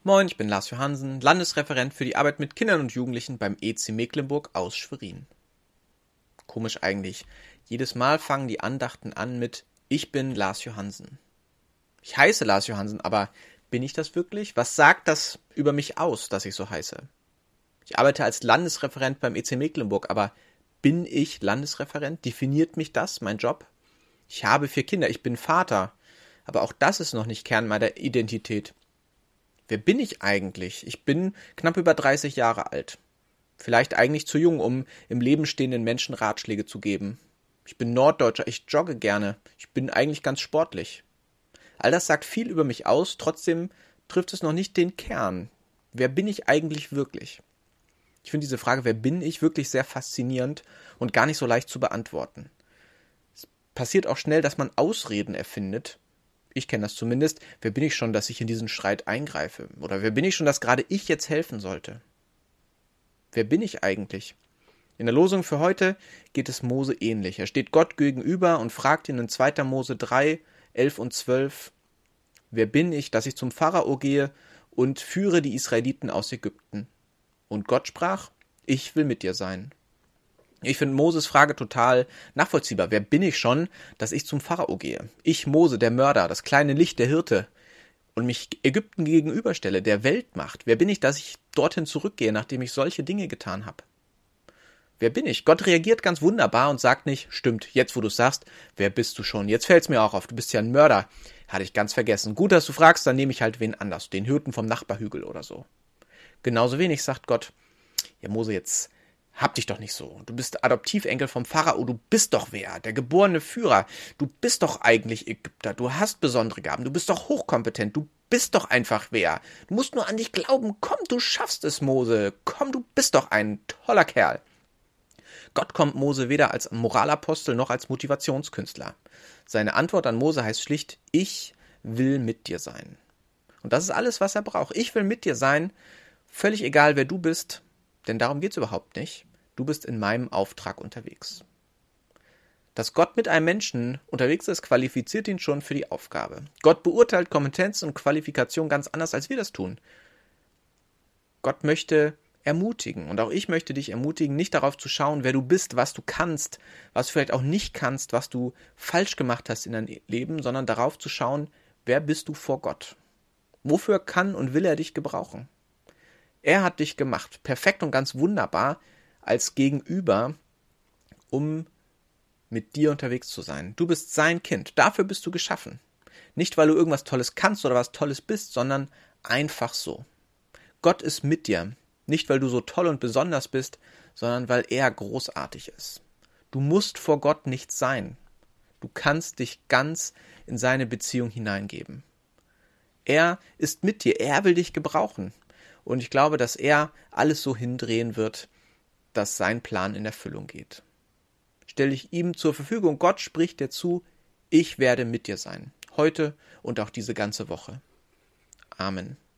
Moin, ich bin Lars Johansen, Landesreferent für die Arbeit mit Kindern und Jugendlichen beim EC Mecklenburg aus Schwerin. Komisch eigentlich. Jedes Mal fangen die Andachten an mit Ich bin Lars Johansen. Ich heiße Lars Johansen, aber bin ich das wirklich? Was sagt das über mich aus, dass ich so heiße? Ich arbeite als Landesreferent beim EC Mecklenburg, aber bin ich Landesreferent? Definiert mich das, mein Job? Ich habe 4 Kinder, ich bin Vater, aber auch das ist noch nicht Kern meiner Identität. Wer bin ich eigentlich? Ich bin knapp über 30 Jahre alt. Vielleicht eigentlich zu jung, um im Leben stehenden Menschen Ratschläge zu geben. Ich bin Norddeutscher, ich jogge gerne. Ich bin eigentlich ganz sportlich. All das sagt viel über mich aus, trotzdem trifft es noch nicht den Kern. Wer bin ich eigentlich wirklich? Ich finde diese Frage, wer bin ich, wirklich sehr faszinierend und gar nicht so leicht zu beantworten. Es passiert auch schnell, dass man Ausreden erfindet. Ich kenne das zumindest. Wer bin ich schon, dass ich in diesen Streit eingreife? Oder wer bin ich schon, dass gerade ich jetzt helfen sollte? Wer bin ich eigentlich? In der Losung für heute geht es Mose ähnlich. Er steht Gott gegenüber und fragt ihn in 2. Mose 3, 11 und 12, wer bin ich, dass ich zum Pharao gehe und führe die Israeliten aus Ägypten? Und Gott sprach, ich will mit dir sein. Ich finde Moses Frage total nachvollziehbar. Wer bin ich schon, dass ich zum Pharao gehe? Ich, Mose, der Mörder, das kleine Licht, der Hirte und mich Ägypten gegenüberstelle, der Weltmacht. Wer bin ich, dass ich dorthin zurückgehe, nachdem ich solche Dinge getan habe? Wer bin ich? Gott reagiert ganz wunderbar und sagt nicht, stimmt, jetzt wo du es sagst, wer bist du schon? Jetzt fällt es mir auch auf, du bist ja ein Mörder. Hatte ich ganz vergessen. Gut, dass du fragst, dann nehme ich halt wen anders, den Hirten vom Nachbarhügel oder so. Genauso wenig sagt Gott, ja Mose, jetzt hab dich doch nicht so. Du bist Adoptivenkel vom Pharao, du bist doch wer, der geborene Führer. Du bist doch eigentlich Ägypter, du hast besondere Gaben, du bist doch hochkompetent, du bist doch einfach wer. Du musst nur an dich glauben, komm, du schaffst es, Mose. Komm, du bist doch ein toller Kerl. Gott kommt Mose weder als Moralapostel noch als Motivationskünstler. Seine Antwort an Mose heißt schlicht, ich will mit dir sein. Und das ist alles, was er braucht. Ich will mit dir sein, völlig egal, wer du bist, denn darum geht's überhaupt nicht. Du bist in meinem Auftrag unterwegs. Dass Gott mit einem Menschen unterwegs ist, qualifiziert ihn schon für die Aufgabe. Gott beurteilt Kompetenz und Qualifikation ganz anders, als wir das tun. Gott möchte ermutigen und auch ich möchte dich ermutigen, nicht darauf zu schauen, wer du bist, was du kannst, was du vielleicht auch nicht kannst, was du falsch gemacht hast in deinem Leben, sondern darauf zu schauen, wer bist du vor Gott? Wofür kann und will er dich gebrauchen? Er hat dich gemacht, perfekt und ganz wunderbar, als Gegenüber, um mit dir unterwegs zu sein. Du bist sein Kind, dafür bist du geschaffen. Nicht, weil du irgendwas Tolles kannst oder was Tolles bist, sondern einfach so. Gott ist mit dir, nicht weil du so toll und besonders bist, sondern weil er großartig ist. Du musst vor Gott nichts sein. Du kannst dich ganz in seine Beziehung hineingeben. Er ist mit dir, er will dich gebrauchen. Und ich glaube, dass er alles so hindrehen wird, dass sein Plan in Erfüllung geht. Stell dich ihm zur Verfügung. Gott spricht dir zu, ich werde mit dir sein. Heute und auch diese ganze Woche. Amen.